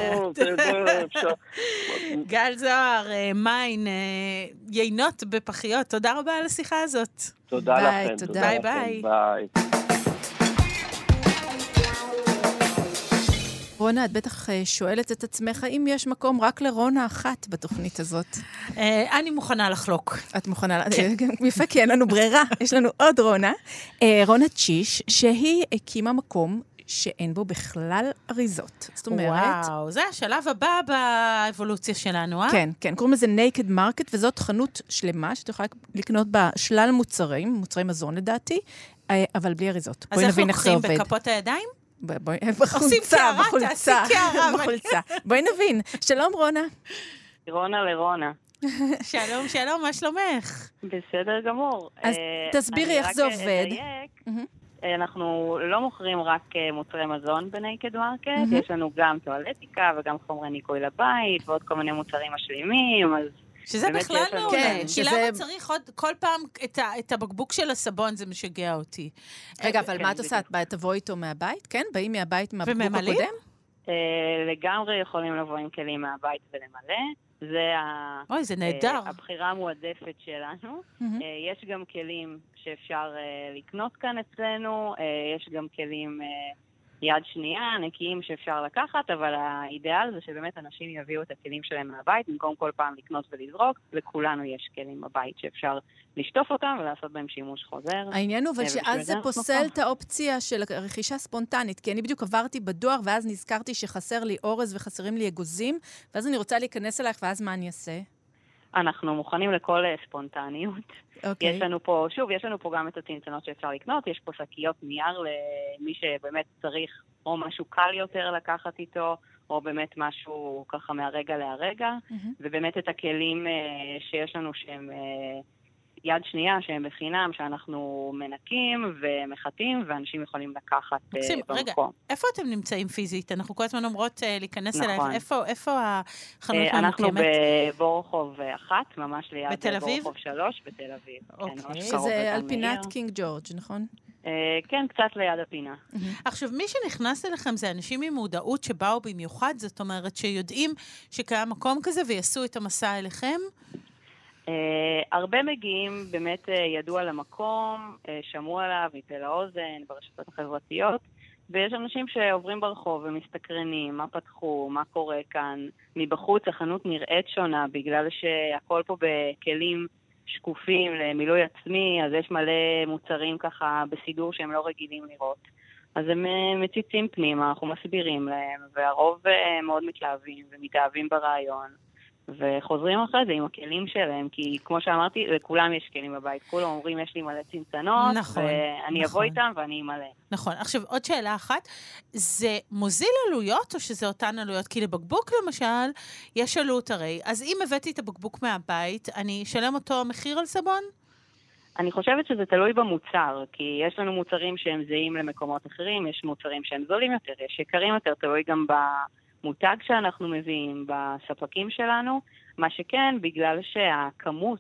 גל זוהר, מיין, יינות בפחיות. תודה רבה על השיחה הזאת. תודה לכם. ביי ביי. ביי. רונה, את בטח שואלת את עצמך, האם יש מקום רק לרונה אחת בתוכנית הזאת? אני מוכנה לחלוק. את מוכנה? יפה, כי אין לנו ברירה. יש לנו עוד רונה. רונה צ'יש, שהיא הקימה מקום שאין בו בכלל אריזות. זאת אומרת... וואו, זה השלב הבא באבולוציה שלנו, אה? כן, כן. קוראים לזה Naked Market, וזאת חנות שלמה שאתה יכולה לקנות בה שלל מוצרים, מוצרי מזון לדעתי, אבל בלי אריזות. אז איך לוקחים בכפות הידיים? בחולצה, בחולצה, בחולצה. בואי נבין. שלום, רונה. רונה לרונה. שלום, שלום, מה שלומך? בסדר גמור. אז תסבירי איך זה עובד. אנחנו לא מוכרים רק מוצרי מזון בנייקד מרקט, יש לנו גם טואלטיקה וגם חומרי ניקוי לבית, ועוד כל מיני מוצרים משלימים, אז... שזה בכלל מעולה, כי למה צריך עוד כל פעם את הבקבוק של הסבון, זה משגע אותי. רגע, אבל מה את עושה? את תבוא איתו מהבית? כן? באים מהבית מהבקבוק הקודם? לגמרי יכולים לבוא עם כלים מהבית ולמלא. זה אוי, זה נהדר. הבחירה המועדפת שלנו. יש גם כלים שאפשר לקנות כאן אצלנו, יש גם כלים יד שנייה, נקיים שאפשר לקחת, אבל האידאל זה שבאמת אנשים יביאו את הכלים שלהם מהבית, במקום כל פעם לקנות ולזרוק, לכולנו יש כלים בבית שאפשר לשטוף אותם ולעשות בהם שימוש חוזר. העניין הוא, אבל שאז זה פוסל את האופציה של רכישה ספונטנית, כי אני בדיוק עברתי בדואר, ואז נזכרתי שחסר לי אורז וחסרים לי אגוזים, ואז אני רוצה להיכנס אלייך, ואז מה אני אעשה? אנחנו מוכנים לכל ספונטניות. Okay. יש לנו פה, שוב, יש לנו פה גם את הצנצנות שאפשר לקנות, יש פה שקיות נייר למי שבאמת צריך או משהו קל יותר לקחת איתו, או באמת משהו ככה מהרגע להרגע, mm-hmm. ובאמת את הכלים שיש לנו שהם יד שנייה, שהם בחינם, שאנחנו מנקים ומחטים, ואנשים יכולים לקחת מקסים, במקום. רגע, איפה אתם נמצאים פיזית? אנחנו כל הזמן אומרות להיכנס נכון. אלייך. איפה, איפה החנות ממוקמת? אנחנו בבורחוב אחת, ממש ליד בתל אביב? בורחוב שלוש, בתל אביב. אוקיי. שזה על פינת קינג ג'ורג', נכון? כן, קצת ליד הפינה. עכשיו, מי שנכנס אליכם זה אנשים עם מודעות שבאו במיוחד, זאת אומרת שיודעים שקיים מקום כזה ויעשו את המסע אליכם? Uh, הרבה מגיעים, באמת uh, ידעו על המקום, uh, שמעו עליו, מפה לאוזן, ברשתות החברתיות, ויש אנשים שעוברים ברחוב ומסתקרנים, מה פתחו, מה קורה כאן. מבחוץ החנות נראית שונה, בגלל שהכל פה בכלים שקופים למילוי עצמי, אז יש מלא מוצרים ככה בסידור שהם לא רגילים לראות. אז הם uh, מציצים פנימה, אנחנו מסבירים להם, והרוב uh, מאוד מתלהבים ומתאהבים ברעיון. וחוזרים אחרי זה עם הכלים שלהם, כי כמו שאמרתי, לכולם יש כלים בבית. כולם אומרים, יש לי מלא צנצנות, נכון, ואני נכון. אבוא איתם ואני אמלא. נכון. עכשיו, עוד שאלה אחת, זה מוזיל עלויות או שזה אותן עלויות? כי לבקבוק למשל, יש עלות הרי. אז אם הבאתי את הבקבוק מהבית, אני אשלם אותו מחיר על סבון? אני חושבת שזה תלוי במוצר, כי יש לנו מוצרים שהם זהים למקומות אחרים, יש מוצרים שהם זולים יותר, יש יקרים יותר, תלוי גם ב... מותג שאנחנו מביאים בספקים שלנו, מה שכן, בגלל שהכמות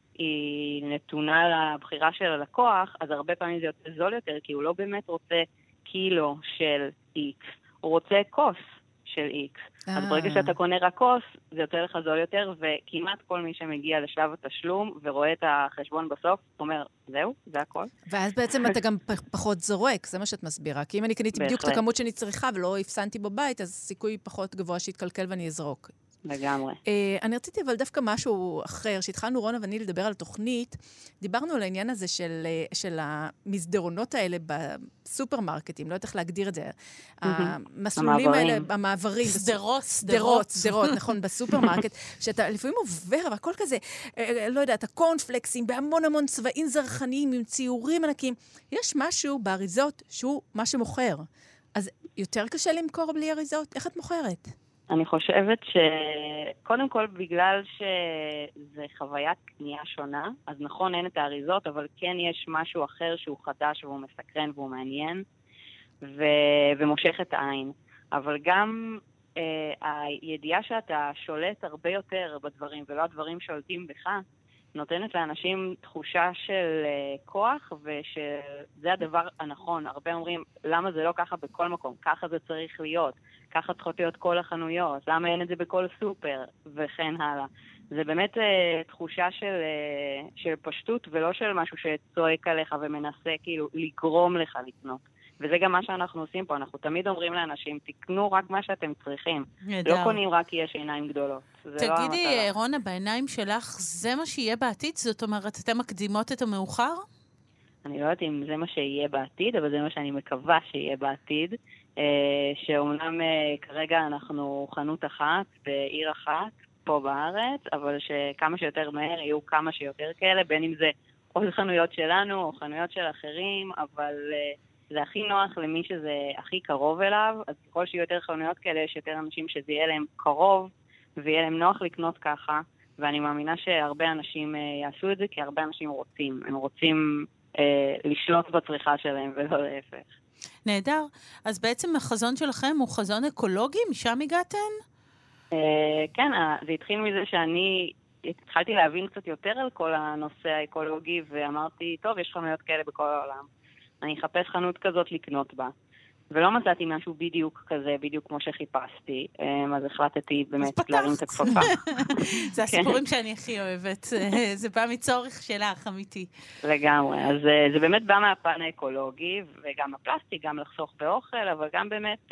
היא נתונה לבחירה של הלקוח, אז הרבה פעמים זה יותר זול יותר, כי הוא לא באמת רוצה קילו של X, הוא רוצה כוס של X. אז ברגע שאתה קונה רק כוס, זה יותר לך זול יותר, וכמעט כל מי שמגיע לשלב התשלום ורואה את החשבון בסוף, אומר, זהו, זה הכל. ואז בעצם אתה גם פחות זורק, זה מה שאת מסבירה. כי אם אני קניתי בדיוק את הכמות שאני צריכה ולא הפסנתי בבית, אז סיכוי פחות גבוה שיתקלקל ואני אזרוק. לגמרי. אני רציתי אבל דווקא משהו אחר, שהתחלנו רונה ואני לדבר על תוכנית, דיברנו על העניין הזה של, של המסדרונות האלה בסופרמרקטים, לא יודעת איך להגדיר את זה. המסלולים האלה, המעברים. סדרות, סדרות. סדרות, נכון, בסופרמרקט, שאתה לפעמים עובר, והכל כזה, לא יודעת, הקורנפלקסים, בהמון המון צבעים זרחניים, עם ציורים ענקים. יש משהו באריזות שהוא מה שמוכר. אז יותר קשה למכור בלי אריזות? איך את מוכרת? אני חושבת שקודם כל בגלל שזה חוויית קנייה שונה, אז נכון אין את האריזות, אבל כן יש משהו אחר שהוא חדש והוא מסקרן והוא מעניין ו... ומושך את העין. אבל גם אה, הידיעה שאתה שולט הרבה יותר בדברים ולא הדברים שולטים בך, נותנת לאנשים תחושה של uh, כוח, ושזה הדבר הנכון. הרבה אומרים, למה זה לא ככה בכל מקום? ככה זה צריך להיות. ככה צריכות להיות כל החנויות. למה אין את זה בכל סופר? וכן הלאה. זה באמת uh, תחושה של, uh, של פשטות, ולא של משהו שצועק עליך ומנסה כאילו לגרום לך לקנות. וזה גם מה שאנחנו עושים פה. אנחנו תמיד אומרים לאנשים, תקנו רק מה שאתם צריכים. נדע. לא קונים רק כי יש עיניים גדולות. תגידי, לא רונה, בעיניים שלך, זה מה שיהיה בעתיד? זאת אומרת, אתם מקדימות את המאוחר? אני לא יודעת אם זה מה שיהיה בעתיד, אבל זה מה שאני מקווה שיהיה בעתיד. שאומנם כרגע אנחנו חנות אחת בעיר אחת, פה בארץ, אבל שכמה שיותר מהר יהיו כמה שיותר כאלה, בין אם זה עוד חנויות שלנו או חנויות של אחרים, אבל זה הכי נוח למי שזה הכי קרוב אליו, אז ככל שיהיו יותר חנויות כאלה, יש יותר אנשים שזה יהיה להם קרוב, ויהיה להם נוח לקנות ככה, ואני מאמינה שהרבה אנשים יעשו את זה, כי הרבה אנשים רוצים. הם רוצים אה, לשלוט בצריכה שלהם, ולא להפך. נהדר. אז בעצם החזון שלכם הוא חזון אקולוגי? משם הגעתן? אה, כן, זה התחיל מזה שאני התחלתי להבין קצת יותר על כל הנושא האקולוגי, ואמרתי, טוב, יש חנויות כאלה בכל העולם. אני אחפש חנות כזאת לקנות בה. ולא מצאתי משהו בדיוק כזה, בדיוק כמו שחיפשתי, אז החלטתי באמת להרים את הכפפה. זה הסיפורים שאני הכי אוהבת, זה בא מצורך שלך, אמיתי. לגמרי, אז זה באמת בא מהפן האקולוגי, וגם הפלסטיק, גם לחסוך באוכל, אבל גם באמת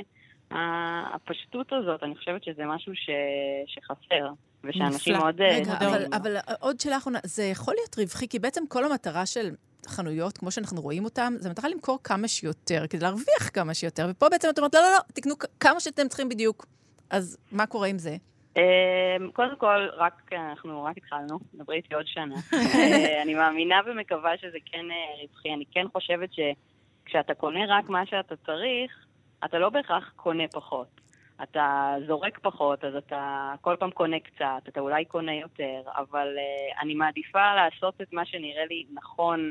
הפשטות הזאת, אני חושבת שזה משהו שחסר. ושאנשים מאוד... רגע, אבל, אבל עוד שלך, זה יכול להיות רווחי, כי בעצם כל המטרה של חנויות, כמו שאנחנו רואים אותם, זה מטרה למכור כמה שיותר, כדי להרוויח כמה שיותר, ופה בעצם את אומרת, לא, לא, לא, תקנו כמה שאתם צריכים בדיוק. אז מה קורה עם זה? קודם כל, רק, אנחנו רק התחלנו, דברי איתי עוד שנה. אני מאמינה ומקווה שזה כן רווחי. אני כן חושבת שכשאתה קונה רק מה שאתה צריך, אתה לא בהכרח קונה פחות. אתה זורק פחות, אז אתה כל פעם קונה קצת, אתה אולי קונה יותר, אבל uh, אני מעדיפה לעשות את מה שנראה לי נכון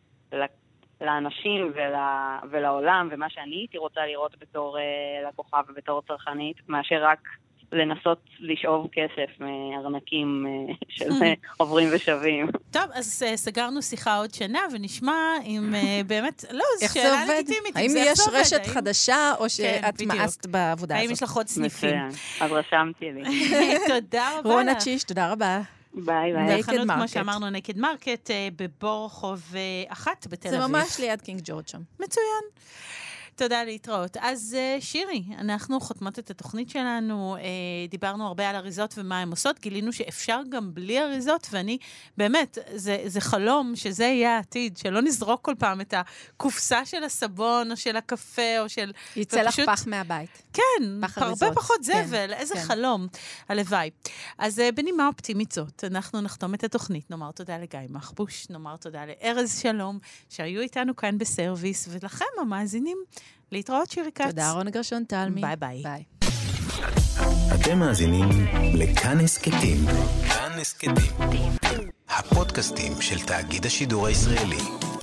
לאנשים ול, ולעולם, ומה שאני הייתי רוצה לראות בתור uh, לקוחה ובתור צרכנית, מאשר רק לנסות לשאוב כסף מארנקים uh, של עוברים ושווים. טוב, אז uh, סגרנו שיחה עוד שנה, ונשמע אם uh, באמת, לא, זו שאלה לגיטימית. האם יש רשת חדשה, או שאת מאסת בעבודה הזאת? האם יש לך עוד סניפים? אז רשמתי לי. תודה רבה. רונה צ'יש, תודה רבה. ביי ביי. החנות, כמו שאמרנו, נקד מרקט, בבורחוב אחת בתל אביב. זה ממש ליד קינג ג'ורג' שם. מצוין. תודה להתראות. אז שירי, אנחנו חותמות את התוכנית שלנו, דיברנו הרבה על אריזות ומה הן עושות, גילינו שאפשר גם בלי אריזות, ואני, באמת, זה, זה חלום שזה יהיה העתיד, שלא נזרוק כל פעם את הקופסה של הסבון, או של הקפה, או של... יצא לך פח מהבית. כן, הרבה פחות זבל, איזה חלום, הלוואי. אז בנימה אופטימית זאת, אנחנו נחתום את התוכנית, נאמר תודה לגיא מחבוש, נאמר תודה לארז שלום, שהיו איתנו כאן בסרוויס, ולכם המאזינים, להתראות שיריקץ. תודה רונה גרשון תלמי. ביי ביי. ביי. אתם מאזינים לכאן הסכתים. כאן הסכתים. הפודקאסטים של תאגיד השידור הישראלי.